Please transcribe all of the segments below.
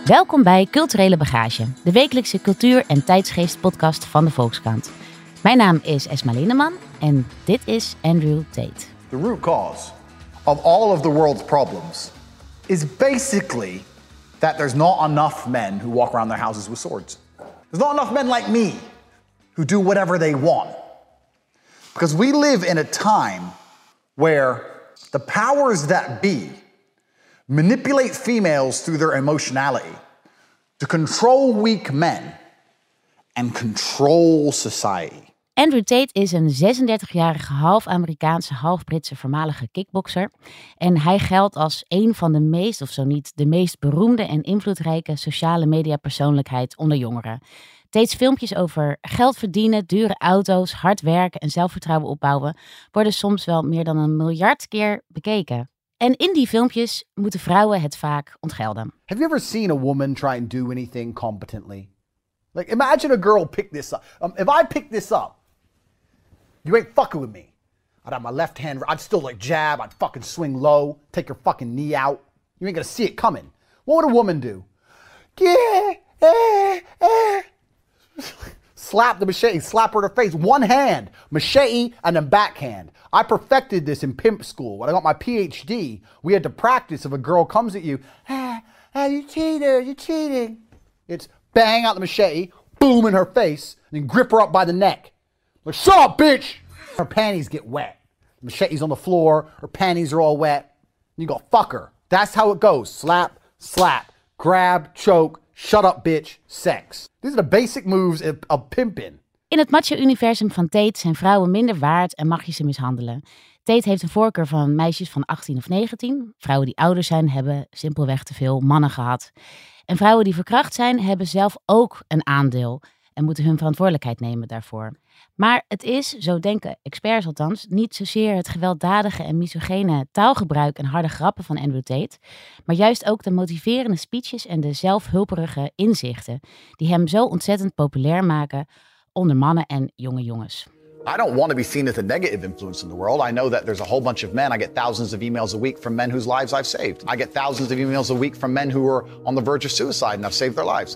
Welkom bij Culturele Bagage, de wekelijkse cultuur- en tijdsgeest-podcast van de Volkskrant. Mijn naam is Esma Lindeman en dit is Andrew Tate. The root cause of all of the world's problems is basically that there's not enough men who walk around their houses with swords. There's not enough men like me who do whatever they want. Because we live in a time where the powers that be manipulate females through their emotionality to control weak men and control society. Andrew Tate is een 36-jarige half-Amerikaanse, half-Britse voormalige kickbokser. En hij geldt als een van de meest, of zo niet, de meest beroemde en invloedrijke sociale media persoonlijkheid onder jongeren. Tate's filmpjes over geld verdienen, dure auto's, hard werken en zelfvertrouwen opbouwen worden soms wel meer dan 1 miljard keer bekeken. En in die filmpjes moeten vrouwen het vaak ontgelden. Have you ever seen a woman try and do anything competently? Like, imagine a girl pick this up. If I pick this up, you ain't fucking with me. I'd have my left hand, I'd still like jab, I'd fucking swing low, take your fucking knee out. You ain't gonna see it coming. What would a woman do? Slap the machete, slap her in the face. One hand, machete, and then backhand. I perfected this in pimp school. When I got my PhD, we had to practice if a girl comes at you, you cheater, you're cheating. It's bang out the machete, boom in her face, and then grip her up by the neck. Like, shut up, bitch! Her panties get wet. The machete's on the floor, her panties are all wet. And you go, fuck her. That's how it goes. Slap, slap, grab, choke, shut up, bitch, sex. These are the basic moves of pimping. In het macho-universum van Tate zijn vrouwen minder waard en mag je ze mishandelen. Tate heeft een voorkeur van meisjes van 18 of 19. Vrouwen die ouder zijn hebben simpelweg te veel mannen gehad. En vrouwen die verkracht zijn hebben zelf ook een aandeel en moeten hun verantwoordelijkheid nemen daarvoor. Maar het is, zo denken experts althans, niet zozeer het gewelddadige en misogene taalgebruik en harde grappen van Andrew Tate, maar juist ook de motiverende speeches en de zelfhulperige inzichten die hem zo ontzettend populair maken onder mannen en jonge jongens. I don't want to be seen as a negative influence in the world. I know that there's a whole bunch of men. I get thousands of emails a week from men whose lives I've saved. I get thousands of emails a week from men who are on the verge of suicide and I've saved their lives.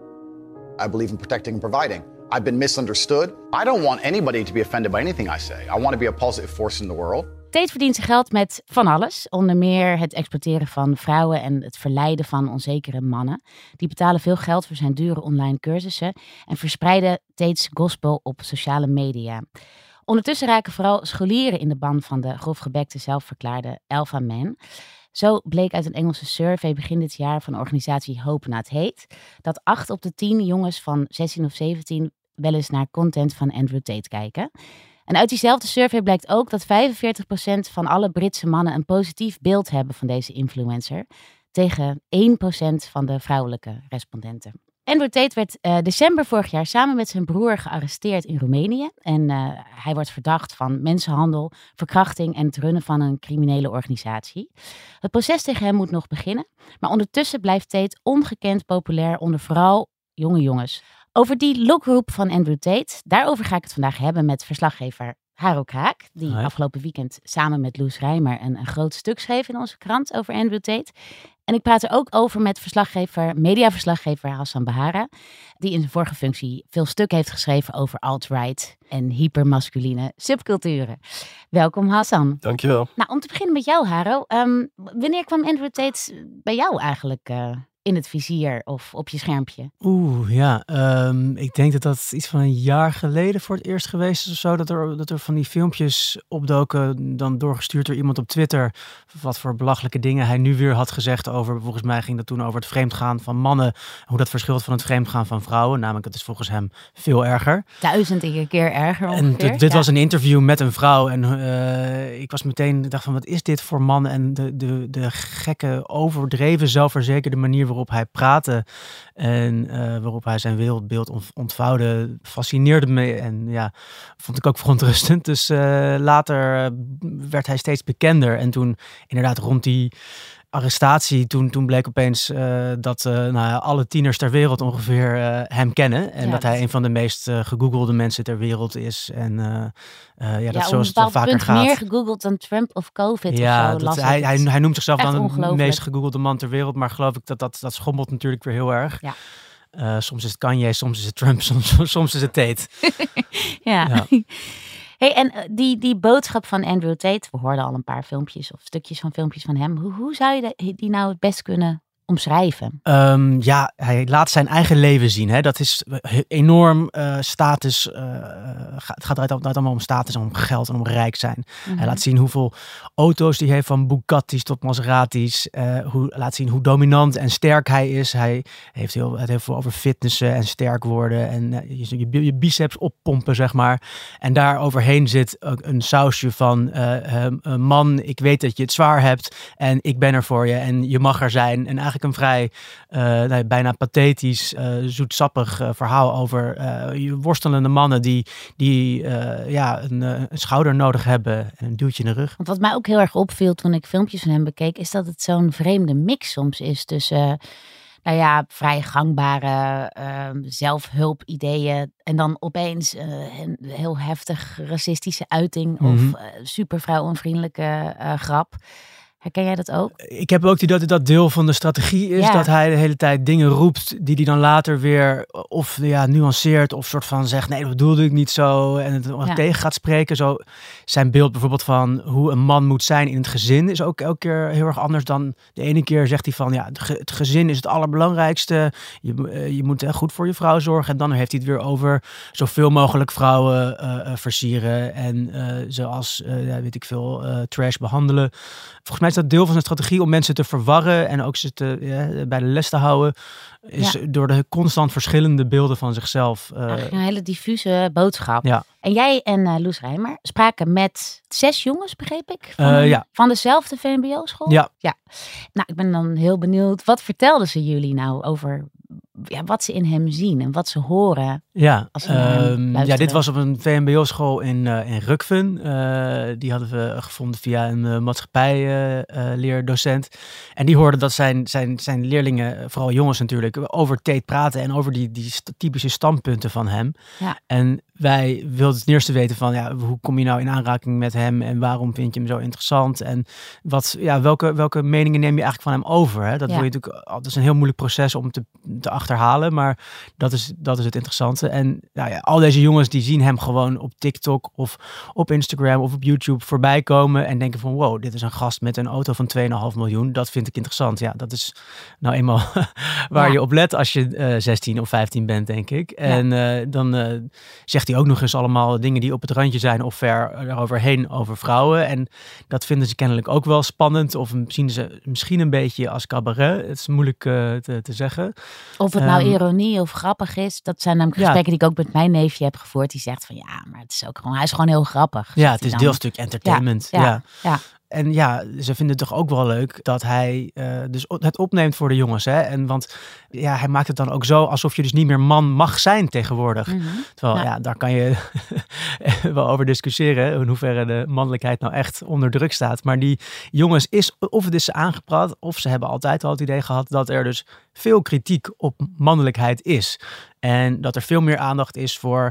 I believe in protecting and providing. I've been misunderstood. I don't want anybody to be offended by anything I say. I want to be a positive force in the world. Tate verdient zijn geld met van alles. Onder meer het exploiteren van vrouwen en het verleiden van onzekere mannen. Die betalen veel geld voor zijn dure online cursussen en verspreiden Tate's gospel op sociale media. Ondertussen raken vooral scholieren in de ban van de grofgebekte zelfverklaarde alpha man. Zo bleek uit een Engelse survey begin dit jaar van de organisatie Hope Not Hate dat 8 op de 10 jongens van 16 of 17 wel eens naar content van Andrew Tate kijken. En uit diezelfde survey blijkt ook dat 45% van alle Britse mannen een positief beeld hebben van deze influencer, tegen 1% van de vrouwelijke respondenten. Andrew Tate werd december vorig jaar samen met zijn broer gearresteerd in Roemenië. En hij wordt verdacht van mensenhandel, verkrachting en het runnen van een criminele organisatie. Het proces tegen hem moet nog beginnen. Maar ondertussen blijft Tate ongekend populair onder vooral jonge jongens. Over die lokroep van Andrew Tate, daarover ga ik het vandaag hebben met verslaggever Haro Kraak, die afgelopen weekend samen met Loes Rijmer een groot stuk schreef in onze krant over Andrew Tate. En ik praat er ook over met mediaverslaggever Hassan Bahara, die in zijn vorige functie veel stuk heeft geschreven over alt-right en hypermasculine subculturen. Welkom Hassan. Dankjewel. Nou, om te beginnen met jou Haro, wanneer kwam Andrew Tate bij jou eigenlijk in het vizier of op je schermpje? Ik denk dat iets van 1 jaar geleden voor het eerst geweest is of zo. Dat er van die filmpjes opdoken, dan doorgestuurd door iemand op Twitter. Wat voor belachelijke dingen hij nu weer had gezegd over, volgens mij ging dat toen over het vreemdgaan van mannen. Hoe dat verschilt van het vreemdgaan van vrouwen. Namelijk, dat is volgens hem veel erger. 1000 keer erger ongeveer. En dit was een interview met een vrouw. En ik was meteen, dacht van, wat is dit voor man? En de gekke, overdreven, zelfverzekerde manier waarop hij praatte en waarop hij zijn wereldbeeld ontvouwde, fascineerde me en ja, vond ik ook verontrustend. Dus later werd hij steeds bekender en toen inderdaad rond die arrestatie, toen bleek opeens dat alle tieners ter wereld ongeveer hem kennen. En dat hij een van de meest gegoogelde mensen ter wereld is. En dat zoals het wel vaker gaat. Meer gegoogeld dan Trump of COVID ja, of zo. Hij noemt zichzelf dan de meest gegoogelde man ter wereld. Maar geloof ik dat schommelt natuurlijk weer heel erg. Ja. Soms is het Kanye, soms is het Trump, soms is het Tate. ja. Hey, en die boodschap van Andrew Tate, we hoorden al een paar filmpjes of stukjes van filmpjes van hem. Hoe zou je die nou het best kunnen omschrijven? Hij laat zijn eigen leven zien. Hè? Dat is enorm status. Het gaat allemaal om status en om geld en om rijk zijn. Mm-hmm. Hij laat zien hoeveel auto's hij heeft, van Bugatti's tot Maseratis. Laat zien hoe dominant en sterk hij is. Hij heeft heel veel over fitnessen en sterk worden. En je biceps oppompen, zeg maar. En daar overheen zit een sausje van man, ik weet dat je het zwaar hebt. En ik ben er voor je. En je mag er zijn. En eigenlijk een vrij bijna pathetisch, zoetsappig verhaal over worstelende mannen die een schouder nodig hebben en een duwtje in de rug. Want wat mij ook heel erg opviel toen ik filmpjes van hem bekeek, is dat het zo'n vreemde mix soms is tussen vrij gangbare zelfhulpideeën en dan opeens een heel heftig racistische uiting of super vrouwenvriendelijke grap. Herken jij dat ook? Ik heb ook dat deel van de strategie is dat hij de hele tijd dingen roept die hij dan later weer of nuanceert of soort van zegt nee, dat bedoelde ik niet zo en het tegen gaat spreken. Zo zijn beeld bijvoorbeeld van hoe een man moet zijn in het gezin is ook elke keer heel erg anders dan de ene keer zegt hij van het gezin is het allerbelangrijkste. Je moet goed voor je vrouw zorgen en dan heeft hij het weer over zoveel mogelijk vrouwen versieren en zoals weet ik veel trash behandelen. Volgens mij is dat deel van zijn strategie om mensen te verwarren en ook ze bij de les te houden. Is door de constant verschillende beelden van zichzelf. Een hele diffuse boodschap. Ja. En jij en Loes Rijmer spraken met 6 jongens, begreep ik? Van dezelfde VMBO-school? Ja. Nou, ik ben dan heel benieuwd. Wat vertelden ze jullie nou over wat ze in hem zien en wat ze horen? Ja, dit was op een VMBO-school in Rukven. Die hadden we gevonden via een maatschappijleerdocent. En die hoorden dat zijn leerlingen, vooral jongens natuurlijk, over Tate praten en over die typische standpunten van hem. Ja. En wij wilden het eerste weten van hoe kom je nou in aanraking met hem en waarom vind je hem zo interessant en welke meningen neem je eigenlijk van hem over? Hè? Dat is een heel moeilijk proces om te achterhalen, maar dat is het interessante. En al deze jongens die zien hem gewoon op TikTok of op Instagram of op YouTube voorbij komen en denken van wow, dit is een gast met een auto van 2,5 miljoen. Dat vind ik interessant. Ja, dat is nou eenmaal waar je op let als je 16 of 15 bent, denk ik. En dan zegt hij ook nog eens allemaal dingen die op het randje zijn of ver eroverheen over vrouwen. En dat vinden ze kennelijk ook wel spannend of zien ze misschien een beetje als cabaret. Het is moeilijk te zeggen. Of het nou ironie of grappig is. Dat zijn namelijk gesprekken die ik ook met mijn neefje heb gevoerd. Die zegt van maar het is ook gewoon, hij is gewoon heel grappig. Ja, het is een deelstuk entertainment. Ja. En ze vinden het toch ook wel leuk dat hij dus het opneemt voor de jongens. Hè? En want hij maakt het dan ook zo alsof je dus niet meer man mag zijn tegenwoordig. Mm-hmm. Terwijl daar kan je wel over discussiëren in hoeverre de mannelijkheid nou echt onder druk staat. Maar die jongens of het is ze aangepraat of ze hebben altijd al het idee gehad dat er dus veel kritiek op mannelijkheid is. En dat er veel meer aandacht is voor,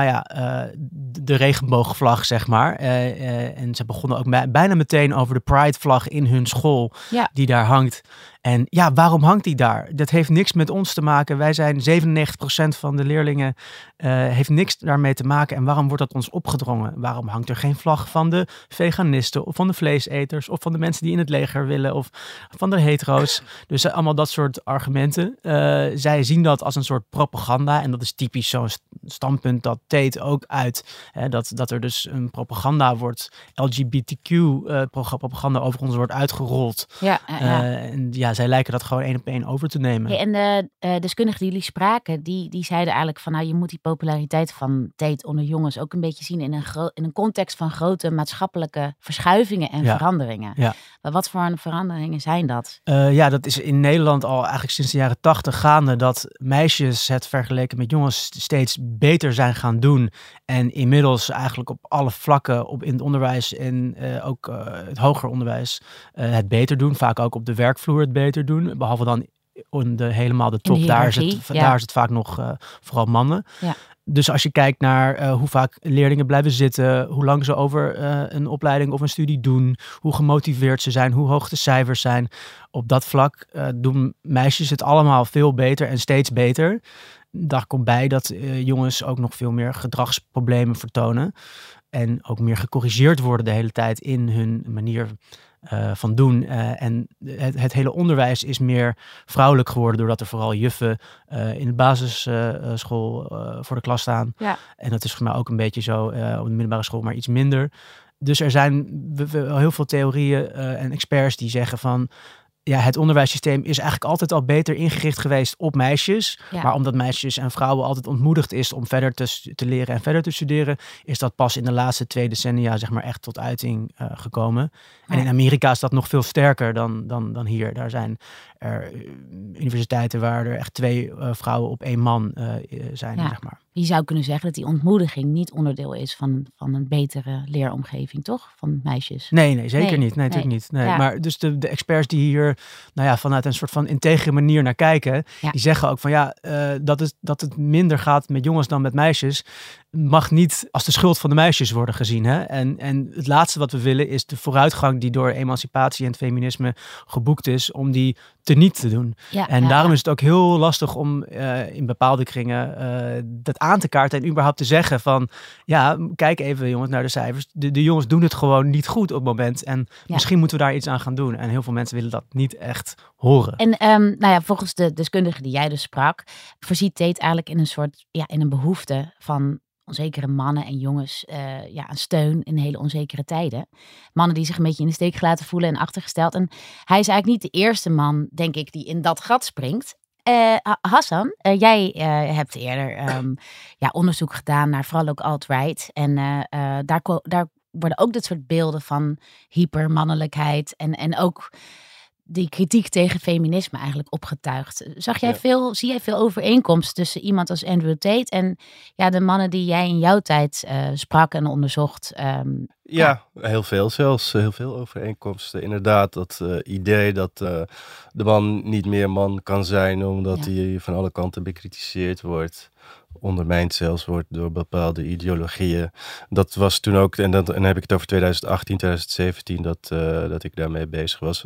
de regenboogvlag, zeg maar. En ze begonnen ook bijna meteen over de Pride-vlag in hun school, die daar hangt. En waarom hangt die daar? Dat heeft niks met ons te maken. Wij zijn 97% van de leerlingen, heeft niks daarmee te maken. En waarom wordt dat ons opgedrongen? Waarom hangt er geen vlag van de veganisten of van de vleeseters of van de mensen die in het leger willen of van de hetero's? Dus allemaal dat soort argumenten. Zij zien dat als een soort propaganda en dat is typisch zo'n standpunt dat Tate ook uit. Hè, dat er dus een propaganda wordt, LGBTQ propaganda over ons wordt uitgerold. zij lijken dat gewoon 1 op 1 over te nemen. Hey, en de deskundigen die jullie spraken, die zeiden eigenlijk van nou, je moet die populariteit van Tate onder jongens ook een beetje zien in een context van grote maatschappelijke verschuivingen en veranderingen. Ja. Maar wat voor veranderingen zijn dat? Dat is in Nederland al eigenlijk sinds de jaren 80 gaande, dat meisjes het vergeleken met jongens steeds beter zijn gaan doen. En inmiddels eigenlijk op alle vlakken in het onderwijs en ook het hoger onderwijs het beter doen. Vaak ook op de werkvloer het beter doen. Behalve dan helemaal de top. Daar is het vaak nog vooral mannen. Ja. Dus als je kijkt naar hoe vaak leerlingen blijven zitten, hoe lang ze over een opleiding of een studie doen, hoe gemotiveerd ze zijn, hoe hoog de cijfers zijn. Op dat vlak doen meisjes het allemaal veel beter en steeds beter. Daar komt bij dat jongens ook nog veel meer gedragsproblemen vertonen. En ook meer gecorrigeerd worden de hele tijd in hun manier van doen. En het hele onderwijs is meer vrouwelijk geworden, doordat er vooral juffen in de basisschool voor de klas staan. Ja. En dat is voor mij ook een beetje zo op de middelbare school, maar iets minder. Dus er zijn heel veel theorieën en experts die zeggen van ja, het onderwijssysteem is eigenlijk altijd al beter ingericht geweest op meisjes. Ja. Maar omdat meisjes en vrouwen altijd ontmoedigd is om verder te leren en verder te studeren, is dat pas in de laatste 2 decennia zeg maar echt tot uiting gekomen. Ja. En in Amerika is dat nog veel sterker dan hier. Daar zijn er universiteiten waar er echt 2 vrouwen op 1 man zijn, zeg maar. Je zou kunnen zeggen dat die ontmoediging niet onderdeel is van een betere leeromgeving, toch? Van meisjes. Nee, zeker niet. Nee, natuurlijk niet. Nee. Ja. Maar dus de experts die hier vanuit een soort van integere manier naar kijken, die zeggen ook van dat het minder gaat met jongens dan met meisjes, mag niet als de schuld van de meisjes worden gezien. Hè? En het laatste wat we willen is de vooruitgang die door emancipatie en het feminisme geboekt is, om die teniet te doen. Ja, en daarom is het ook heel lastig om in bepaalde kringen dat aan te kaarten en überhaupt te zeggen van kijk even jongens naar de cijfers. De jongens doen het gewoon niet goed op het moment. En misschien moeten we daar iets aan gaan doen. En heel veel mensen willen dat niet echt horen. En volgens de deskundige die jij dus sprak, voorziet Tate eigenlijk in een soort, in een behoefte van onzekere mannen en jongens aan steun in hele onzekere tijden. Mannen die zich een beetje in de steek laten voelen en achtergesteld. En hij is eigenlijk niet de eerste man, denk ik, die in dat gat springt. Hassan, jij hebt eerder onderzoek gedaan naar vooral ook alt-right. En daar worden ook dit soort beelden van hypermannelijkheid en ook die kritiek tegen feminisme eigenlijk opgetuigd. Zie jij veel overeenkomst tussen iemand als Andrew Tate en de mannen die jij in jouw tijd sprak en onderzocht? Heel veel zelfs. Heel veel overeenkomsten. Inderdaad, dat idee dat de man niet meer man kan zijn omdat hij van alle kanten bekritiseerd wordt, ondermijnd zelfs wordt door bepaalde ideologieën. Dat was toen ook, en dan heb ik het over 2018, 2017, dat ik daarmee bezig was.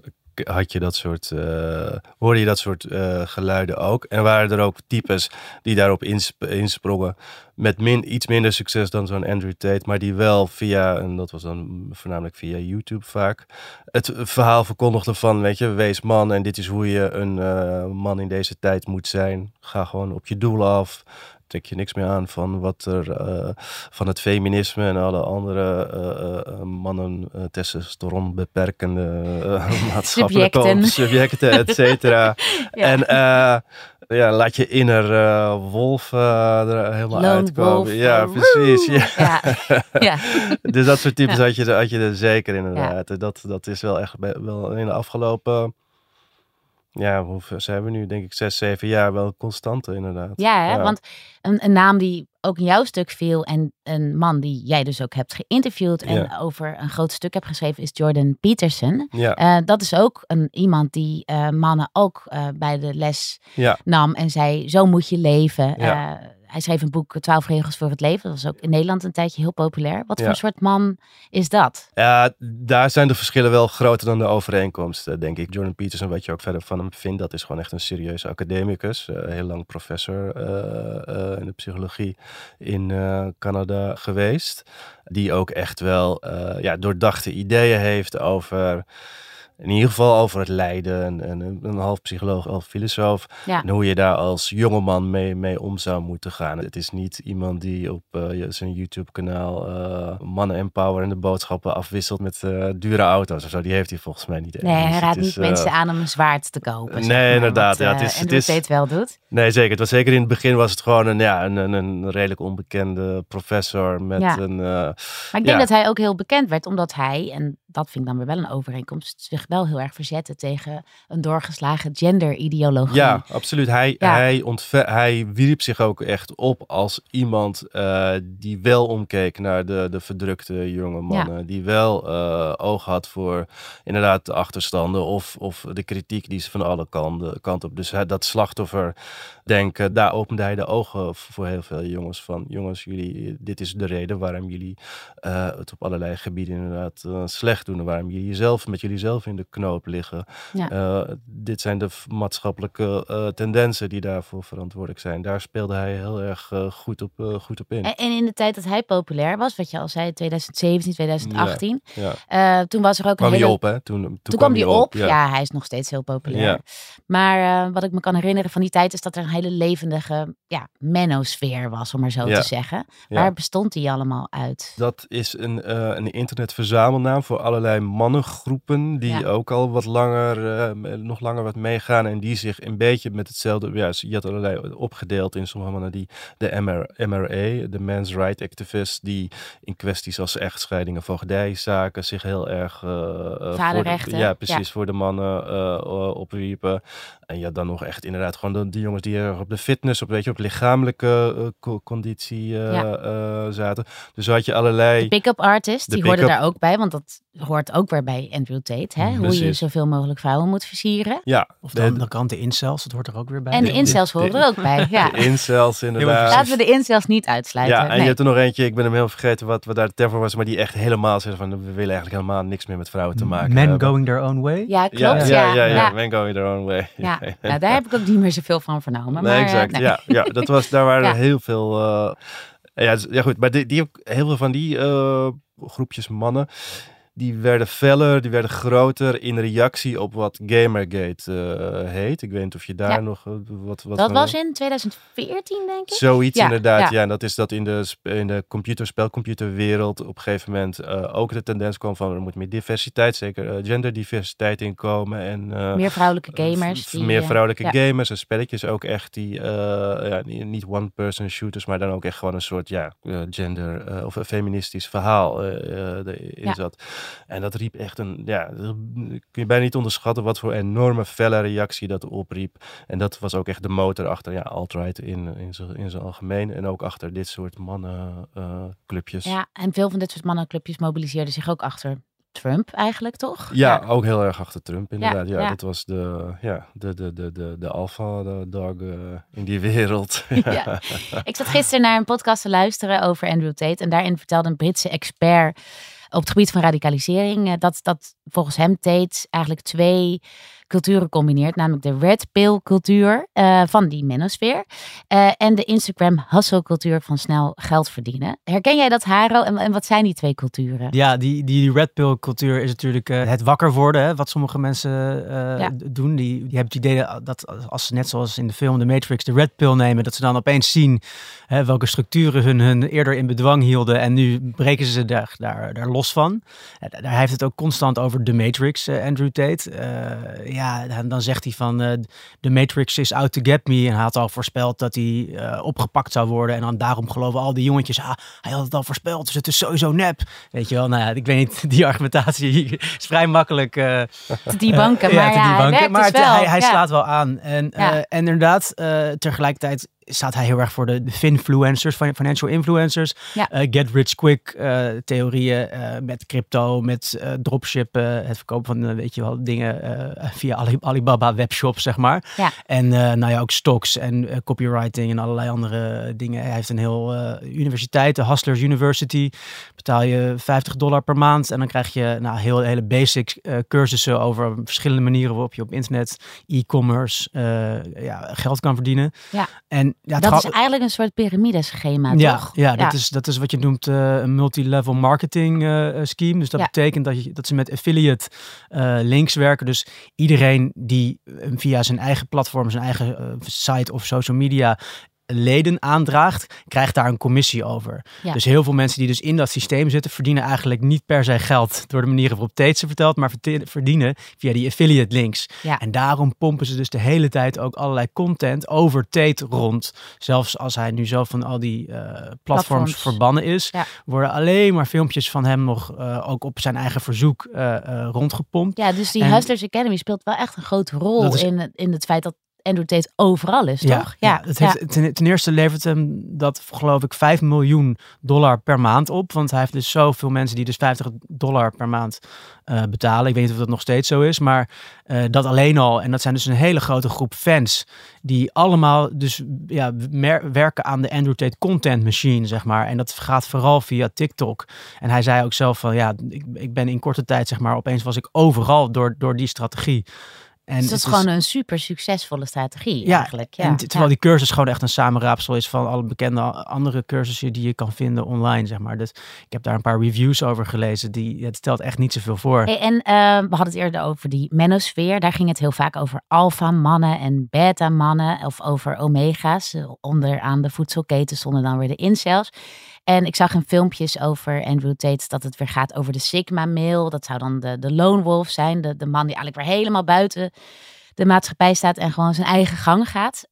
Hoorde je dat soort geluiden ook. En waren er ook types die daarop insprongen met iets minder succes dan zo'n Andrew Tate, maar die wel via, en dat was dan voornamelijk via YouTube vaak, het verhaal verkondigden van, wees man en dit is hoe je een man in deze tijd moet zijn. Ga gewoon op je doel af. Trek je niks meer aan van wat er van het feminisme en alle andere mannen testosteron beperkende maatschappelijke subjecten, et cetera. En laat je inner wolf er helemaal Lone uitkomen. Wolf, ja, precies. Ja. Ja. Dus dat soort types had je er zeker inderdaad. Ja. Dat is wel echt wel in de afgelopen, hoe zijn we nu? Denk ik 6, 7 jaar wel constante inderdaad. Ja, want een naam die ook in jouw stuk viel en een man die jij dus ook hebt geïnterviewd en over een groot stuk hebt geschreven is Jordan Peterson. Ja. Dat is ook iemand die mannen ook bij de les nam en zei, zo moet je leven. Ja. Hij schreef een boek 12 regels voor het leven. Dat was ook in Nederland een tijdje heel populair. Wat voor soort man is dat? Ja, daar zijn de verschillen wel groter dan de overeenkomsten, denk ik. Jordan Peterson, wat je ook verder van hem vindt, dat is gewoon echt een serieuze academicus. Heel lang professor in de psychologie in Canada geweest. Die ook echt wel doordachte ideeën heeft over in ieder geval over het lijden en een half psycholoog, half filosoof. Ja. En hoe je daar als jongeman mee om zou moeten gaan. Het is niet iemand die op zijn YouTube-kanaal mannen empowerende boodschappen afwisselt met dure auto's of zo. Die heeft hij volgens mij niet. Nee, hij Dus raadt het niet is, mensen aan om een zwaard te kopen. zeg Nee, maar, inderdaad. Wat, Ja, Andrew Tate wel doet. Nee, zeker. Het was zeker in het begin was het gewoon een redelijk onbekende professor met een... Maar ik denk dat hij ook heel bekend werd, omdat hij, en dat vind ik dan weer wel een overeenkomst, zich wel heel erg verzette tegen een doorgeslagen genderideologie. Ja, absoluut. Hij wierp zich ook echt op als iemand die wel omkeek naar de verdrukte jonge mannen. Ja. Die wel oog had voor inderdaad de achterstanden of de kritiek die ze van alle kanten op. Dus dat slachtoffer denken, daar opende hij de ogen voor heel veel jongens van. Jongens, dit is de reden waarom jullie het op allerlei gebieden inderdaad slecht doen. Waarom jullie met jullie zelf in de knoop liggen. Ja. Dit zijn de maatschappelijke tendensen die daarvoor verantwoordelijk zijn. Daar speelde hij heel erg goed op in. En in de tijd dat hij populair was, wat je al zei, 2017, 2018. Ja. Toen was er ook kwam een hele... hij op, hè? Toen kwam hij op. Ja. Ja, hij is nog steeds heel populair. Ja. Maar wat ik me kan herinneren van die tijd is dat er een hele levendige manosfeer was, om maar zo te zeggen. Waar bestond die allemaal uit? Dat is een internetverzamelnaam voor allerlei mannengroepen die ook al wat nog langer wat meegaan en die zich een beetje met hetzelfde, je had allerlei opgedeeld in sommige mannen die de MRA, de Men's Rights Activists, die in kwesties als echtscheidingen, voogdijzaken zich heel erg vaderrechten. Voor de mannen opwierpen. En ja, dan nog echt inderdaad gewoon de jongens die erg op de fitness, op lichamelijke conditie zaten. Dus had je allerlei... De pick-up artist, die hoorde daar ook bij, want dat hoort ook weer bij Andrew Tate. Hè? Hoe je zoveel mogelijk vrouwen moet versieren. Ja. Of de andere kant, de incels, dat hoort er ook weer bij. En de incels horen er ook bij, ja. De incels, inderdaad. Laten we de incels niet uitsluiten. Ja, en je hebt er nog eentje, ik ben hem heel vergeten wat daar de term voor was, maar die echt helemaal zegt van, we willen eigenlijk helemaal niks meer met vrouwen te maken hebben. Men going their own way? Ja, klopt. Ja, men going their own way. Ja, nou, daar heb ik ook niet meer zoveel van vernomen. Nee, maar, exact. Nee. Daar waren er heel veel... ja, goed. Maar heel veel van die groepjes mannen, die werden feller, die werden groter in reactie op wat Gamergate heet. Ik weet niet of je daar nog wat dat was in 2014, denk ik? Zoiets, inderdaad. Ja, en dat is dat in de spelcomputerwereld op een gegeven moment ook de tendens kwam van er moet meer diversiteit, zeker genderdiversiteit in komen. En, meer vrouwelijke gamers. Meer vrouwelijke gamers en spelletjes ook echt die niet one-person shooters, maar dan ook echt gewoon een soort gender of een feministisch verhaal erin zat. En dat riep echt kun je bijna niet onderschatten wat voor enorme felle reactie dat opriep. En dat was ook echt de motor achter alt-right in zijn algemeen. En ook achter dit soort mannenclubjes. Ja, en veel van dit soort mannenclubjes mobiliseerden zich ook achter Trump eigenlijk, toch? Ja, ook heel erg achter Trump inderdaad. Ja, dat was de alpha dog in die wereld. Ja. Ik zat gisteren naar een podcast te luisteren over Andrew Tate. En daarin vertelde een Britse expert op het gebied van radicalisering dat volgens hem Tate eigenlijk twee culturen combineert. Namelijk de red pill cultuur van die menosfeer. En de Instagram hustle cultuur van snel geld verdienen. Herken jij dat, Haro? En wat zijn die twee culturen? Ja, die red pill cultuur is natuurlijk het wakker worden. Hè, wat sommige mensen doen. Die hebben het idee dat als ze net zoals in de film The Matrix de red pill nemen. Dat ze dan opeens zien welke structuren hun eerder in bedwang hielden. En nu breken ze daar los van. Daar heeft het ook constant over The Matrix, Andrew Tate. Dan zegt hij van The Matrix is out to get me. En hij had al voorspeld dat hij opgepakt zou worden. En dan daarom geloven al die jongetjes, hij had het al voorspeld, dus het is sowieso nep. Weet je wel, nou ja, ik weet niet, die argumentatie is vrij makkelijk te debunken. Maar hij slaat wel aan. En inderdaad, tegelijkertijd staat hij heel erg voor de finfluencers, financial influencers. Ja. Get rich quick theorieën met crypto, met dropshippen, het verkopen van weet je wel dingen via Alibaba webshops, zeg maar. Ja. En ook stocks en copywriting en allerlei andere dingen. Hij heeft een heel universiteit, de Hustlers University. Betaal je $50 per maand en dan krijg je hele basic cursussen over verschillende manieren waarop je op internet, e-commerce, geld kan verdienen. Ja. En En ja, dat is eigenlijk een soort piramideschema, toch? Ja, dat is wat je noemt een multi-level marketing scheme. Dus dat betekent dat ze met affiliate links werken. Dus iedereen die via zijn eigen platform, zijn eigen site of social media leden aandraagt, krijgt daar een commissie over. Ja. Dus heel veel mensen die dus in dat systeem zitten, verdienen eigenlijk niet per se geld door de manieren waarop Tate ze vertelt, maar verdienen via die affiliate links. Ja. En daarom pompen ze dus de hele tijd ook allerlei content over Tate rond. Zelfs als hij nu zelf van al die platforms verbannen is, worden alleen maar filmpjes van hem nog ook op zijn eigen verzoek rondgepompt. Ja, dus die Hustlers Academy speelt wel echt een grote rol in het feit dat Andrew Tate overal is, toch? Ja. Ten eerste levert hem dat, geloof ik, $5 miljoen per maand op. Want hij heeft dus zoveel mensen die dus $50 per maand betalen. Ik weet niet of dat nog steeds zo is, maar dat alleen al. En dat zijn dus een hele grote groep fans die allemaal dus werken aan de Andrew Tate content machine, zeg maar. En dat gaat vooral via TikTok. En hij zei ook zelf van, ik ben in korte tijd, zeg maar, opeens was ik overal door die strategie. En dus dat is gewoon een super succesvolle strategie eigenlijk. Ja. En terwijl die cursus gewoon echt een samenraapsel is van alle bekende andere cursussen die je kan vinden online, zeg maar. Dus ik heb daar een paar reviews over gelezen. Het stelt echt niet zoveel voor. Hey, en we hadden het eerder over die menosfeer. Daar ging het heel vaak over alpha mannen en beta mannen of over omega's. Onderaan de voedselketen stonden dan weer de incels. En ik zag in filmpjes over Andrew Tate dat het weer gaat over de Sigma male. Dat zou dan de lone wolf zijn. De man die eigenlijk weer helemaal buiten de maatschappij staat en gewoon zijn eigen gang gaat.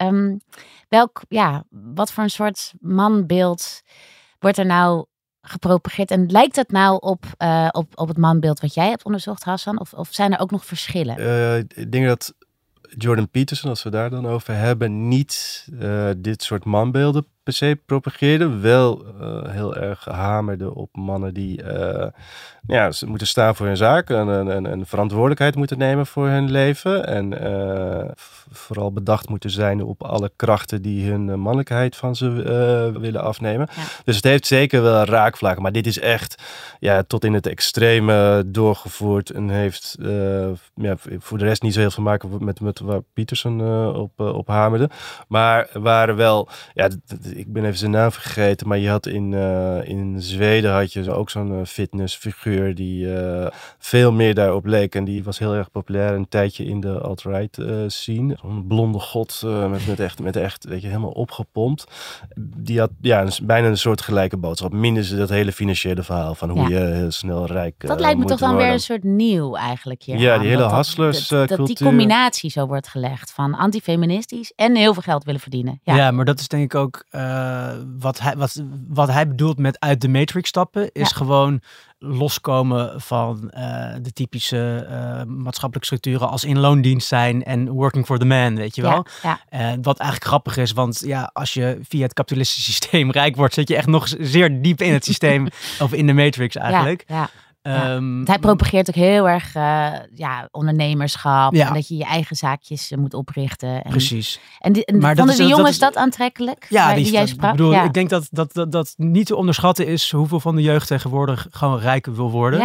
Wat voor een soort manbeeld wordt er nou gepropageerd? En lijkt het nou op het manbeeld wat jij hebt onderzocht, Hassan? Of zijn er ook nog verschillen? Ik denk dat Jordan Peterson, als we daar dan over hebben, niet dit soort manbeelden per se propageerde. Wel heel erg hamerde op mannen die ze moeten staan voor hun zaak en verantwoordelijkheid moeten nemen voor hun leven. En vooral bedacht moeten zijn op alle krachten die hun mannelijkheid van ze willen afnemen. Ja. Dus het heeft zeker wel raakvlakken. Maar dit is echt tot in het extreme doorgevoerd en heeft voor de rest niet zo heel veel maken met waar Peterson op hamerde. Maar waren wel... ik ben even zijn naam vergeten, maar je had in Zweden had je ook zo'n fitnessfiguur die veel meer daarop leek. En die was heel erg populair een tijdje in de alt-right scene. Zo'n blonde god met echt weet je, helemaal opgepompt. Die had bijna een soort gelijke boodschap. Minder ze dat hele financiële verhaal van hoe je heel snel rijk dat lijkt me toch dan worden. Weer een soort nieuw eigenlijk hier. Ja, die hele hustlers cultuur. Dat die combinatie zo wordt gelegd van antifeministisch en heel veel geld willen verdienen. Ja, maar dat is denk ik ook wat hij bedoelt met uit de matrix stappen, is gewoon loskomen van de typische maatschappelijke structuren als in loondienst zijn en working for the man, weet je wel. Wat eigenlijk grappig is, want als je via het kapitalistische systeem rijk wordt, zit je echt nog zeer diep in het systeem of in de matrix eigenlijk. Hij propageert ook heel erg ondernemerschap en dat je je eigen zaakjes moet oprichten. En, precies. Maar vonden de jongens dat aantrekkelijk? Ja, die jij sprak? Ik denk dat niet te onderschatten is hoeveel van de jeugd tegenwoordig gewoon rijk wil worden.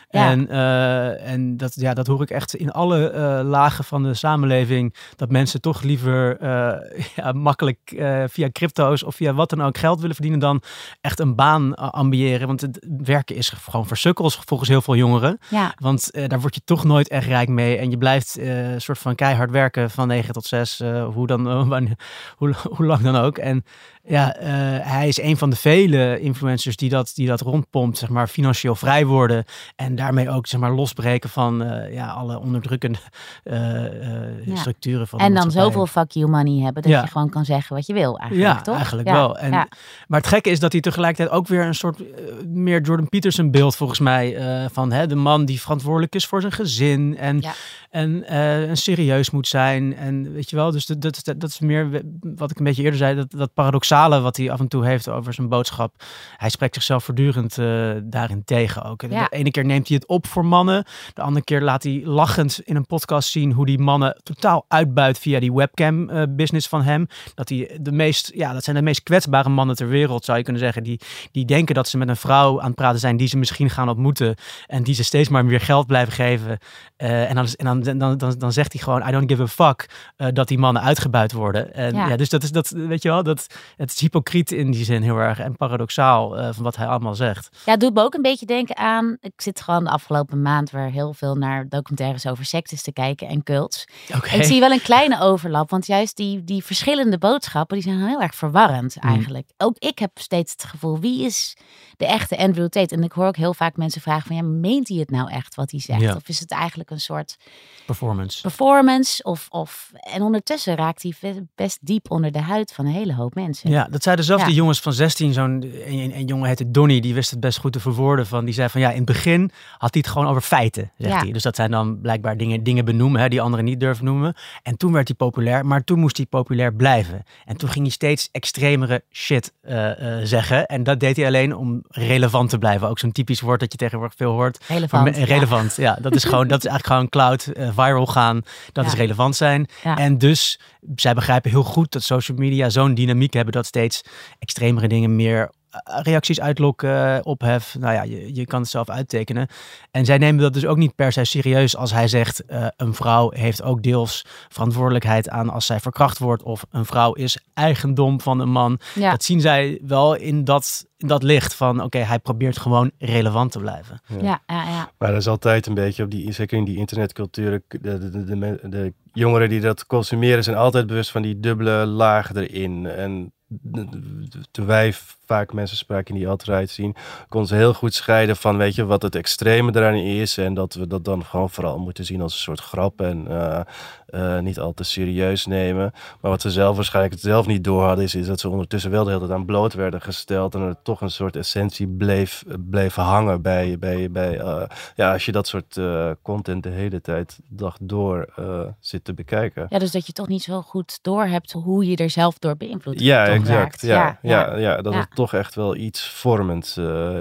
En dat hoor ik echt in alle lagen van de samenleving, dat mensen toch liever makkelijk via crypto's of via wat dan ook geld willen verdienen dan echt een baan ambiëren. Want het werken is gewoon versukkels volgens heel veel jongeren. Ja. Want daar word je toch nooit echt rijk mee. En je blijft soort van keihard werken van 9 tot 6. Hoe lang dan ook. En hij is een van de vele influencers die dat rondpompt, zeg maar, financieel vrij worden. En daarmee ook, zeg maar, losbreken van alle onderdrukkende structuren van de en dan zoveel fuck you money hebben dat je gewoon kan zeggen wat je wil eigenlijk, toch? Eigenlijk wel. En, maar het gekke is dat hij tegelijkertijd ook weer een soort meer Jordan Peterson beeld volgens mij van de man die verantwoordelijk is voor zijn gezin en serieus moet zijn. En weet je wel, dus dat is meer wat ik een beetje eerder zei, dat paradoxale wat hij af en toe heeft over zijn boodschap. Hij spreekt zichzelf voortdurend daarin tegen ook. De ene keer neemt hij het op voor mannen. De andere keer laat hij lachend in een podcast zien hoe die mannen totaal uitbuit via die webcam business van hem. Dat hij dat zijn de meest kwetsbare mannen ter wereld, zou je kunnen zeggen. Die denken dat ze met een vrouw aan het praten zijn die ze misschien gaan ontmoeten. liefde. En die ze steeds maar meer geld blijven geven. Dan zegt hij gewoon, I don't give a fuck dat die mannen uitgebuit worden. En dus dat weet je wel, het is hypocriet in die zin heel erg en paradoxaal van wat hij allemaal zegt. Ja, het doet me ook een beetje denken aan, ik zit gewoon de afgelopen maand weer heel veel naar documentaires over sectes te kijken en cults. Okay. En ik zie wel een kleine overlap, want juist die verschillende boodschappen, die zijn heel erg verwarrend eigenlijk. Ook ik heb steeds het gevoel, wie is de echte Andrew Tate? En ik hoor ook heel vaak mensen vragen van, ja, meent hij het nou echt wat hij zegt? Ja. Of is het eigenlijk een soort performance? En ondertussen raakt hij best diep onder de huid van een hele hoop mensen. Ja, dat zeiden zelfs die jongens van 16. Een jongen heette Donnie, die wist het best goed te verwoorden. Die zei van, ja, in het begin had hij het gewoon over feiten, zegt hij. Dus dat zijn dan blijkbaar dingen benoemen, die anderen niet durven noemen. En toen werd hij populair, maar toen moest hij populair blijven. En toen ging hij steeds extremere shit zeggen. En dat deed hij alleen om relevant te blijven. Ook zo'n typisch woord dat je tegenwoordig veel hoort. Relevant, ja. Dat is eigenlijk gewoon cloud, viral gaan. Dat is relevant zijn. Ja. En dus, zij begrijpen heel goed dat social media zo'n dynamiek hebben dat steeds extremere dingen meer reacties uitlokken, ophef. Nou ja, je kan het zelf uittekenen. En zij nemen dat dus ook niet per se serieus als hij zegt, een vrouw heeft ook deels verantwoordelijkheid aan als zij verkracht wordt, of een vrouw is eigendom van een man. Ja. Dat zien zij wel in dat licht van, oké, hij probeert gewoon relevant te blijven. Ja. Maar dat is altijd een beetje, zeker in die internetcultuur, de jongeren die dat consumeren zijn altijd bewust van die dubbele laag erin. En toen wij vaak mensen spraken in die alt-right zien, konden ze heel goed scheiden van, weet je, wat het extreme eraan is en dat we dat dan gewoon vooral moeten zien als een soort grap en niet al te serieus nemen. Maar wat ze zelf waarschijnlijk het zelf niet door hadden, is dat ze ondertussen wel de hele tijd aan bloot werden gesteld en er toch een soort essentie bleef hangen bij als je dat soort content de hele tijd dag door zit te bekijken. Ja, dus dat je toch niet zo goed door hebt hoe je er zelf door beïnvloed wordt. Ja, exact. Dat er toch echt wel iets vormends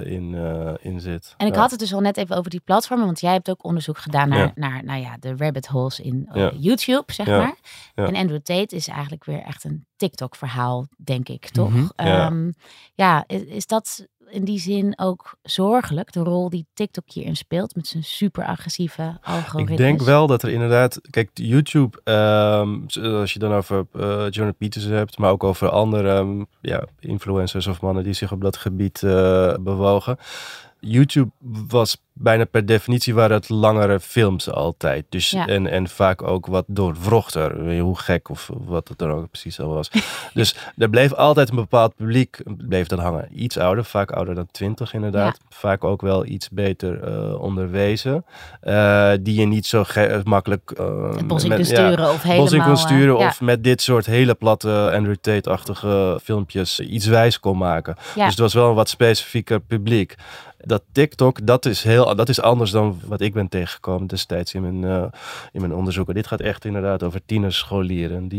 in zit. En ik had het dus al net even over die platformen, want jij hebt ook onderzoek gedaan naar de rabbit holes in YouTube, zeg maar. Ja. En Andrew Tate is eigenlijk weer echt een TikTok-verhaal, denk ik, toch? Mm-hmm. Is dat in die zin ook zorgelijk, de rol die TikTok hierin speelt met zijn super agressieve algoritmes? Ik denk wel dat er inderdaad, kijk, YouTube, als je dan over Jordan Peterson hebt, maar ook over andere influencers of mannen die zich op dat gebied bewogen. YouTube was bijna per definitie waren het langere films altijd. Dus, en vaak ook wat doorwrochter. Hoe gek of wat het dan ook precies al was. Dus er bleef altijd een bepaald publiek bleef dan hangen. Iets ouder, vaak ouder dan 20 inderdaad. Ja. Vaak ook wel iets beter onderwezen. Die je niet zo makkelijk het bos in kunt sturen of helemaal... of met dit soort hele platte Andrew Tate-achtige filmpjes iets wijs kon maken. Ja. Dus het was wel een wat specifieker publiek. Dat TikTok, dat is anders dan wat ik ben tegengekomen destijds in mijn onderzoeken. Dit gaat echt inderdaad over tienerscholieren.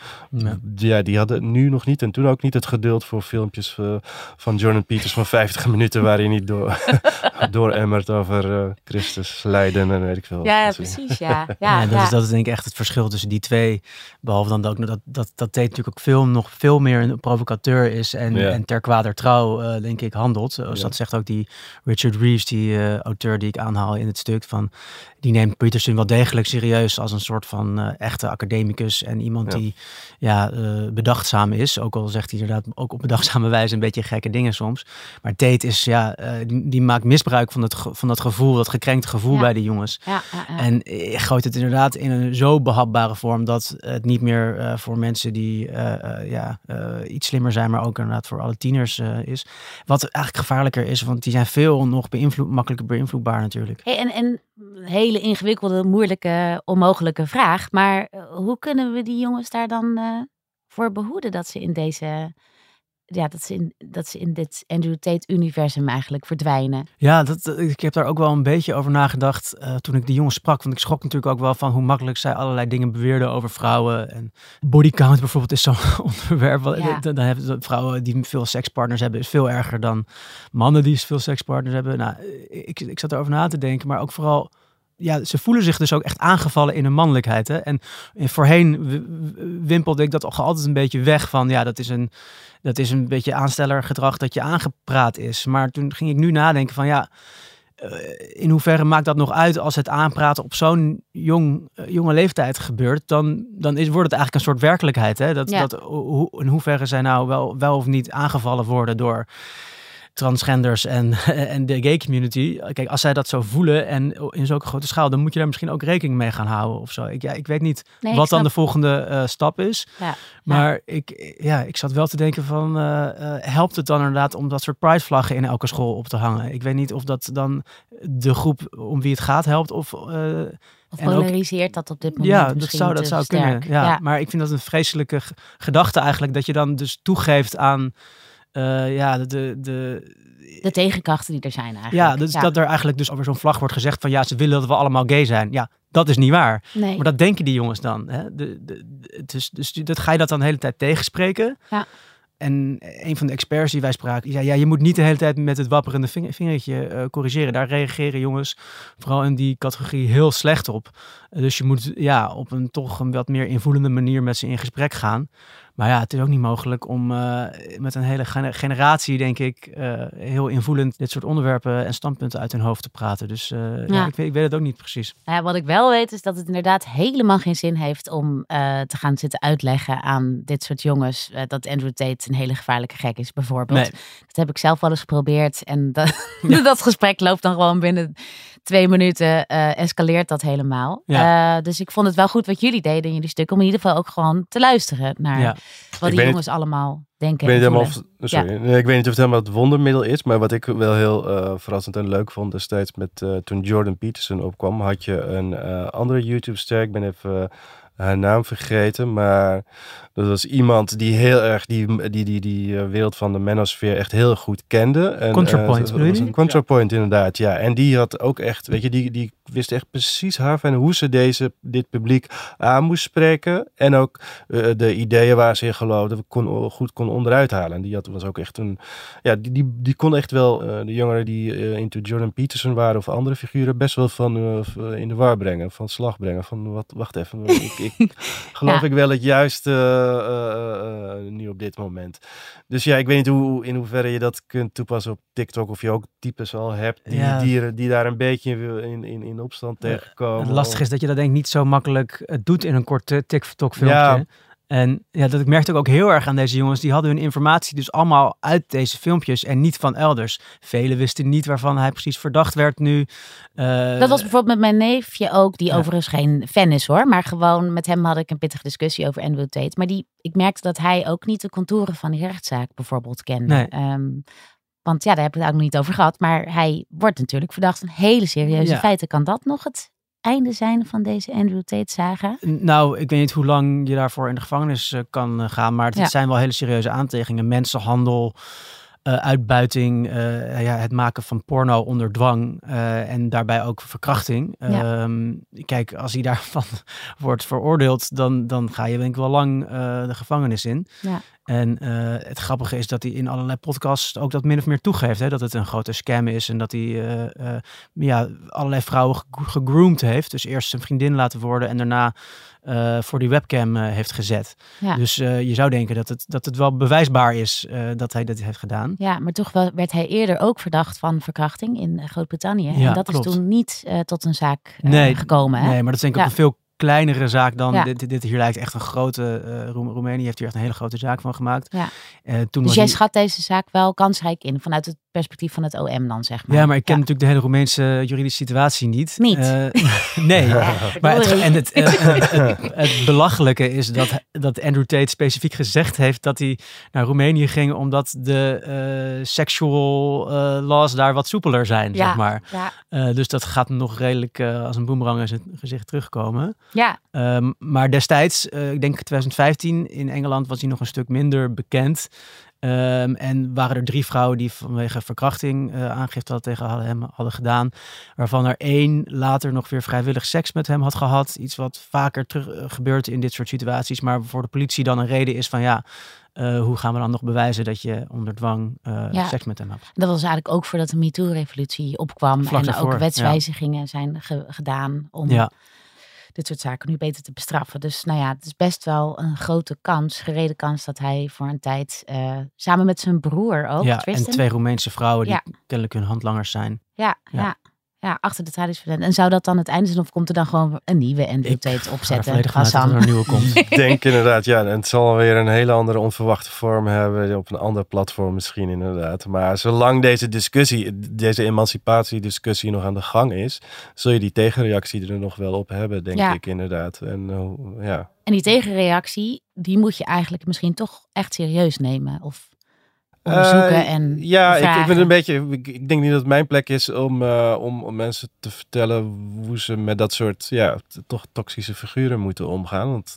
Die hadden nu nog niet en toen ook niet het geduld voor filmpjes van Jordan Peters van 50 minuten waar hij niet dooremmert over Christus lijden en weet ik veel. Ja, precies. Dat is denk ik echt het verschil tussen die twee. Behalve dan ook dat Tate natuurlijk ook nog veel meer een provocateur is en ter kwader trouw, denk ik, handelt. Dat zegt ook die Richard Reeves, die auteur die ik aanhaal in het stuk, van die neemt Peterson wel degelijk serieus als een soort van echte academicus en iemand die bedachtzaam is. Ook al zegt hij inderdaad ook op bedachtzame wijze een beetje gekke dingen soms. Maar Tate is, die maakt misbruik van dat gevoel, dat gekrenkte gevoel bij die jongens. Ja. En gooit het inderdaad in een zo behapbare vorm dat het niet meer voor mensen die iets slimmer zijn, maar ook inderdaad voor alle tieners is. Wat eigenlijk gevaarlijker is, want die zijn veel nog makkelijker beïnvloedbaar natuurlijk. Hey, en hele ingewikkelde, moeilijke, onmogelijke vraag. Maar hoe kunnen we die jongens daar dan voor behoeden dat ze in deze... dat ze in dit Andrew Tate-universum eigenlijk verdwijnen? Ja, ik heb daar ook wel een beetje over nagedacht toen ik die jongens sprak. Want ik schrok natuurlijk ook wel van hoe makkelijk zij allerlei dingen beweerden over vrouwen. En bodycount bijvoorbeeld is zo'n onderwerp. Dan hebben vrouwen die veel sekspartners hebben, is veel erger dan mannen die veel sekspartners hebben. Nou, ik zat erover na te denken, maar ook vooral... Ja, ze voelen zich dus ook echt aangevallen in hun mannelijkheid. Hè? En voorheen wimpelde ik dat altijd een beetje weg van... ja, dat is een beetje aanstellergedrag dat je aangepraat is. Maar toen ging ik nu nadenken van in hoeverre maakt dat nog uit als het aanpraten op zo'n jonge leeftijd gebeurt, dan wordt het eigenlijk een soort werkelijkheid. Hè? In hoeverre zij nou wel of niet aangevallen worden door transgenders en de gay community. Kijk, als zij dat zo voelen en in zulke grote schaal, dan moet je daar misschien ook rekening mee gaan houden of zo. Ik weet niet wat dan de volgende stap is. Ja. Maar ik zat wel te denken van, helpt het dan inderdaad om dat soort pride-vlaggen in elke school op te hangen? Ik weet niet of dat dan de groep om wie het gaat helpt of polariseert dat op dit moment. Ja, dat zou kunnen. Ja. Maar ik vind dat een vreselijke gedachte eigenlijk, dat je dan dus toegeeft aan de tegenkrachten die er zijn eigenlijk. Ja, dat er eigenlijk dus over zo'n vlag wordt gezegd van ze willen dat we allemaal gay zijn. Ja, dat is niet waar. Nee. Maar dat denken die jongens dan. Hè? Dus dat ga je dat dan de hele tijd tegenspreken. Ja. En een van de experts die wij spraken, die zei, je moet niet de hele tijd met het wapperende vingertje corrigeren. Daar reageren jongens, vooral in die categorie, heel slecht op. Dus je moet op een toch een wat meer invoelende manier met ze in gesprek gaan. Maar het is ook niet mogelijk om met een hele generatie, denk ik, heel invoelend dit soort onderwerpen en standpunten uit hun hoofd te praten. Dus ik weet het ook niet precies. Wat ik wel weet is dat het inderdaad helemaal geen zin heeft om te gaan zitten uitleggen aan dit soort jongens dat Andrew Tate een hele gevaarlijke gek is, bijvoorbeeld. Nee. Dat heb ik zelf wel eens geprobeerd en dat gesprek loopt dan gewoon binnen 2 minuten, escaleert dat helemaal. Ja. Dus ik vond het wel goed wat jullie deden in jullie stuk, om in ieder geval ook gewoon te luisteren naar wat die jongens allemaal denken. Ik weet niet of het helemaal het wondermiddel is, maar wat ik wel heel verrassend en leuk vond destijds toen Jordan Peterson opkwam, had je een andere YouTube-ster, ik ben even haar naam vergeten, maar dat was iemand die heel erg die wereld van de manosfeer echt heel goed kende. En, ContraPoint, bedoel je? ContraPoint, inderdaad, ja. En die had ook echt, weet je, die wist echt precies en hoe ze dit publiek aan moest spreken. En ook de ideeën waar ze in geloofde goed kon onderuit halen. En die was ook echt die kon echt wel de jongeren die into Jordan Peterson waren of andere figuren best wel van in de war brengen, van slag brengen. Van wacht even, ik geloof ik wel het juiste nu op dit moment. Dus ik weet niet in hoeverre je dat kunt toepassen op TikTok, of je ook types al hebt die daar een beetje in opstand tegenkomen. Het lastige is dat je dat denk ik niet zo makkelijk doet in een kort TikTok filmpje. Ja. En dat ik merkte ook heel erg aan deze jongens, die hadden hun informatie dus allemaal uit deze filmpjes en niet van elders. Velen wisten niet waarvan hij precies verdacht werd nu. Dat was bijvoorbeeld met mijn neefje ook, die overigens geen fan is hoor, maar gewoon met hem had ik een pittige discussie over Andrew Tate. Maar ik merkte dat hij ook niet de contouren van die rechtszaak bijvoorbeeld kende. Nee. Want daar hebben we het ook nog niet over gehad, maar hij wordt natuurlijk verdacht van hele serieuze feiten. Kan dat nog het einde zijn van deze Andrew Tate-saga? Nou, ik weet niet hoe lang je daarvoor in de gevangenis kan gaan, maar het zijn wel hele serieuze aantegingen. Mensenhandel, uitbuiting, het maken van porno onder dwang en daarbij ook verkrachting. Kijk, als hij daarvan wordt veroordeeld, dan ga je denk ik wel lang de gevangenis in. Ja. En het grappige is dat hij in allerlei podcasts ook dat min of meer toegeeft. Hè, dat het een grote scam is en dat hij allerlei vrouwen gegroomd heeft. Dus eerst zijn vriendin laten worden en daarna voor die webcam heeft gezet. Ja. Dus je zou denken dat het wel bewijsbaar is dat hij dat heeft gedaan. Ja, maar toch werd hij eerder ook verdacht van verkrachting in Groot-Brittannië. Ja, en dat klopt. is toen niet tot een zaak gekomen. Hè? Nee, maar dat is denk ik ook een veel kleinere zaak dan dit hier lijkt echt een grote. Roemenië heeft hier echt een hele grote zaak van gemaakt. Ja. Dus jij schat deze zaak wel kansrijk in vanuit het perspectief van het OM dan, zeg maar. Ja, maar ik ken natuurlijk de hele Roemeense juridische situatie niet. Niet? Nee. Maar het belachelijke is dat Andrew Tate specifiek gezegd heeft dat hij naar Roemenië ging omdat de sexual laws daar wat soepeler zijn, zeg maar. Ja. Dus dat gaat nog redelijk als een boemerang in zijn gezicht terugkomen. Ja. Maar destijds, ik denk 2015, in Engeland was hij nog een stuk minder bekend. En waren er 3 vrouwen die vanwege verkrachting aangifte tegen hem hadden gedaan. Waarvan er 1 later nog weer vrijwillig seks met hem had gehad. Iets wat vaker gebeurt in dit soort situaties. Maar voor de politie dan een reden is van hoe gaan we dan nog bewijzen dat je onder dwang seks met hem had? Dat was eigenlijk ook voordat de MeToo-revolutie opkwam. Vlak en daarvoor, ook wetswijzigingen zijn gedaan om dit soort zaken nu beter te bestraffen. Dus het is best wel een grote gerede kans dat hij voor een tijd samen met zijn broer ook, Ja, Tristan, en 2 Roemeense vrouwen die kennelijk hun handlangers zijn. Ja. Ja, achter de tralies verdwijnen. En zou dat dan het einde zijn of komt er dan gewoon een nieuwe Andrew Tate opzetten? Volledig vanuit dat er een nieuwe komt. Ik denk inderdaad, ja. En het zal weer een hele andere onverwachte vorm hebben. Op een ander platform misschien inderdaad. Maar zolang deze emancipatiediscussie nog aan de gang is, zul je die tegenreactie er nog wel op hebben, denk ik inderdaad. En ja. En die tegenreactie, die moet je eigenlijk misschien toch echt serieus nemen. Of onderzoeken en vragen. Ik ben een beetje. Ik denk niet dat het mijn plek is om mensen te vertellen hoe ze met dat soort toch toxische figuren moeten omgaan. Want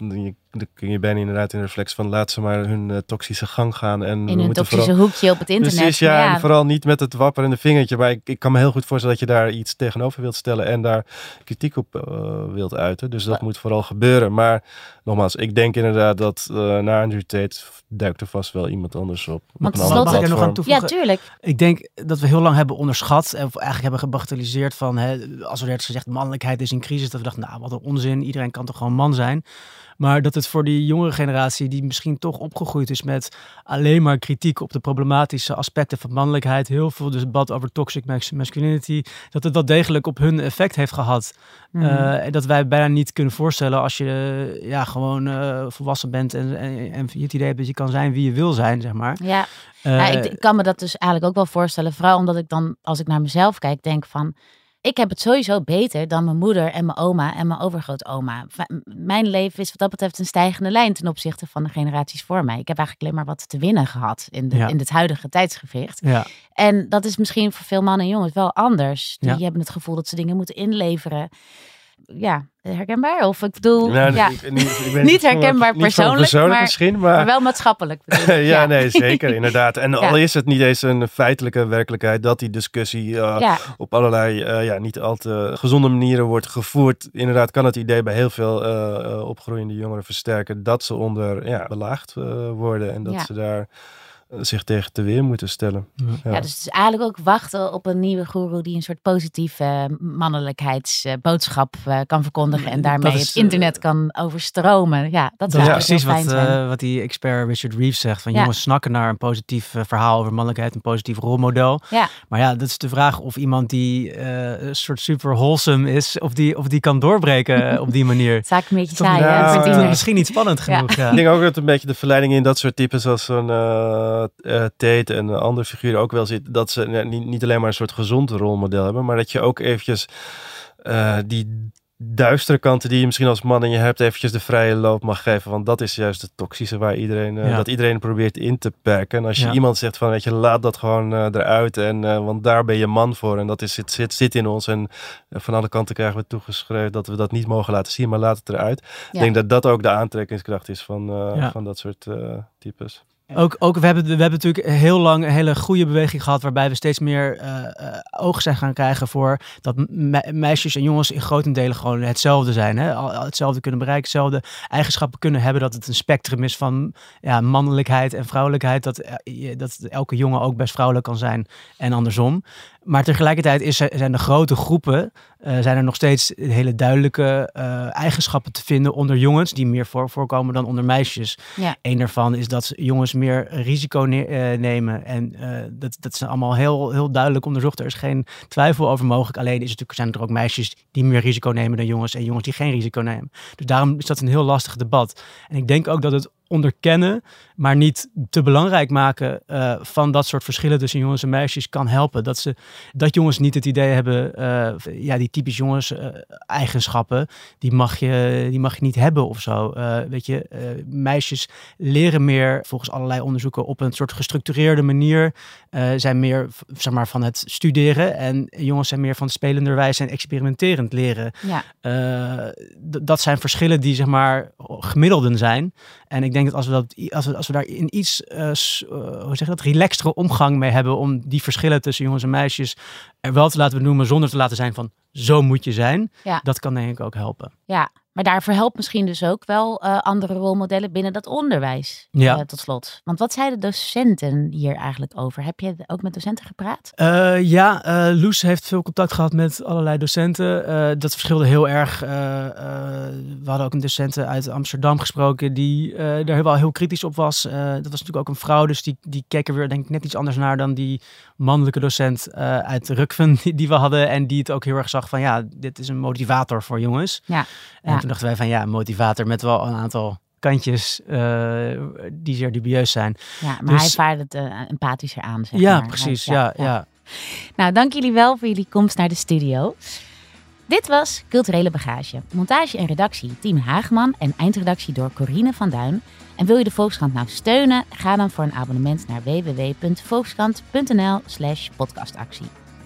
je bent inderdaad in de reflex van laat ze maar hun toxische gang gaan. En in een toxische hoekje op het internet. Precies, en vooral niet met het wapperende vingertje. Maar ik kan me heel goed voorstellen dat je daar iets tegenover wilt stellen en daar kritiek op wilt uiten. Dus dat moet vooral gebeuren. Maar nogmaals, ik denk inderdaad dat na Andrew Tate duikt er vast wel iemand anders op. Want op een ander mag ik er nog aan platform. toevoegen? Ja, tuurlijk. Ik denk dat we heel lang hebben onderschat, of eigenlijk hebben gebagatelliseerd van, als er werd gezegd mannelijkheid is in crisis, dat we dachten, nou wat een onzin, iedereen kan toch gewoon man zijn. Maar dat het voor die jongere generatie, die misschien toch opgegroeid is met alleen maar kritiek op de problematische aspecten van mannelijkheid, heel veel debat over toxic masculinity, dat het wel degelijk op hun effect heeft gehad. En dat wij bijna niet kunnen voorstellen als je gewoon volwassen bent en je het idee hebt dat je kan zijn wie je wil zijn, zeg maar. Ja, ik kan me dat dus eigenlijk ook wel voorstellen. Vooral omdat ik dan, als ik naar mezelf kijk, denk van, ik heb het sowieso beter dan mijn moeder en mijn oma en mijn overgrootoma. Mijn leven is wat dat betreft een stijgende lijn ten opzichte van de generaties voor mij. Ik heb eigenlijk alleen maar wat te winnen gehad in het huidige tijdsgewicht. Ja. En dat is misschien voor veel mannen en jongens wel anders. Die hebben het gevoel dat ze dingen moeten inleveren. Ja, herkenbaar? Of ik bedoel, niet herkenbaar persoonlijk, maar, misschien, maar wel maatschappelijk. Nee, zeker, inderdaad. En al is het niet eens een feitelijke werkelijkheid dat die discussie op allerlei niet al te gezonde manieren wordt gevoerd. Inderdaad kan het idee bij heel veel opgroeiende jongeren versterken dat ze belaagd worden en dat ze daar zich tegen te weer moeten stellen. Ja, dus het is eigenlijk ook wachten op een nieuwe goeroe die een soort positieve mannelijkheidsboodschap kan verkondigen en daarmee het internet kan overstromen. Ja, dat is precies wat die expert Richard Reeves zegt. Van jongens snakken naar een positief verhaal over mannelijkheid, een positief rolmodel. Ja. Maar ja, dat is de vraag of iemand die een soort super wholesome is, of die kan doorbreken op die manier. Zaak een beetje saai, misschien niet spannend genoeg. Ja. Ik denk ook dat een beetje de verleiding in dat soort types als zo'n Tate en andere figuren ook wel zit, dat ze niet alleen maar een soort gezond rolmodel hebben, maar dat je ook eventjes die duistere kanten die je misschien als man in je hebt, eventjes de vrije loop mag geven. Want dat is juist het toxische waar dat iedereen probeert in te perken. En als je iemand zegt van, weet je, laat dat gewoon eruit. En want daar ben je man voor. En dat is, zit in ons. En van alle kanten krijgen we toegeschreven dat we dat niet mogen laten zien. Maar laat het eruit. Ja. Ik denk dat dat ook de aantrekkingskracht is van dat soort types. Ook we hebben natuurlijk heel lang een hele goede beweging gehad waarbij we steeds meer oog zijn gaan krijgen voor dat meisjes en jongens in grotendelen gewoon hetzelfde zijn. Hè? Hetzelfde kunnen bereiken, hetzelfde eigenschappen kunnen hebben, dat het een spectrum is van mannelijkheid en vrouwelijkheid, dat elke jongen ook best vrouwelijk kan zijn en andersom. Maar tegelijkertijd zijn de grote groepen, zijn er nog steeds hele duidelijke eigenschappen te vinden onder jongens die meer voorkomen dan onder meisjes. Ja. Eén daarvan is dat jongens meer risico nemen. En dat is allemaal heel, heel duidelijk onderzocht. Er is geen twijfel over mogelijk. Alleen zijn er ook meisjes die meer risico nemen dan jongens en jongens die geen risico nemen. Dus daarom is dat een heel lastig debat. En ik denk ook dat het onderkennen, maar niet te belangrijk maken van dat soort verschillen tussen jongens en meisjes kan helpen. Dat jongens niet het idee hebben, die typisch jongens eigenschappen, die mag je niet hebben of zo. Meisjes leren meer, volgens allerlei onderzoeken, op een soort gestructureerde manier, zijn meer van het studeren en jongens zijn meer van spelenderwijs en experimenterend leren. Ja. Dat zijn verschillen die gemiddelden zijn. En ik denk dat als we daar in iets relaxtere omgang mee hebben om die verschillen tussen jongens en meisjes er wel te laten benoemen zonder te laten zijn van zo moet je zijn. Ja. Dat kan denk ik ook helpen. Ja, Maar daarvoor helpt misschien dus ook wel andere rolmodellen binnen dat onderwijs. Tot slot. Want wat zeiden docenten hier eigenlijk over? Heb je ook met docenten gepraat? Loes heeft veel contact gehad met allerlei docenten. Dat verschilde heel erg. We hadden ook een docent uit Amsterdam gesproken die daar wel heel kritisch op was. Dat was natuurlijk ook een vrouw, dus die keek er weer denk ik net iets anders naar dan die mannelijke docent uit Rukven die we hadden. En die het ook heel erg zag van dit is een motivator voor jongens. En toen dachten wij van een motivator met wel een aantal kantjes die zeer dubieus zijn. Ja, maar hij vaarde het empathischer aan, zeg ja, maar. Precies. Ja. Nou, dank jullie wel voor jullie komst naar de studio. Dit was Culturele Bagage. Montage en redactie Team Hageman en eindredactie door Corine van Duin. En wil je de Volkskrant nou steunen? Ga dan voor een abonnement naar www.volkskrant.nl/podcastactie.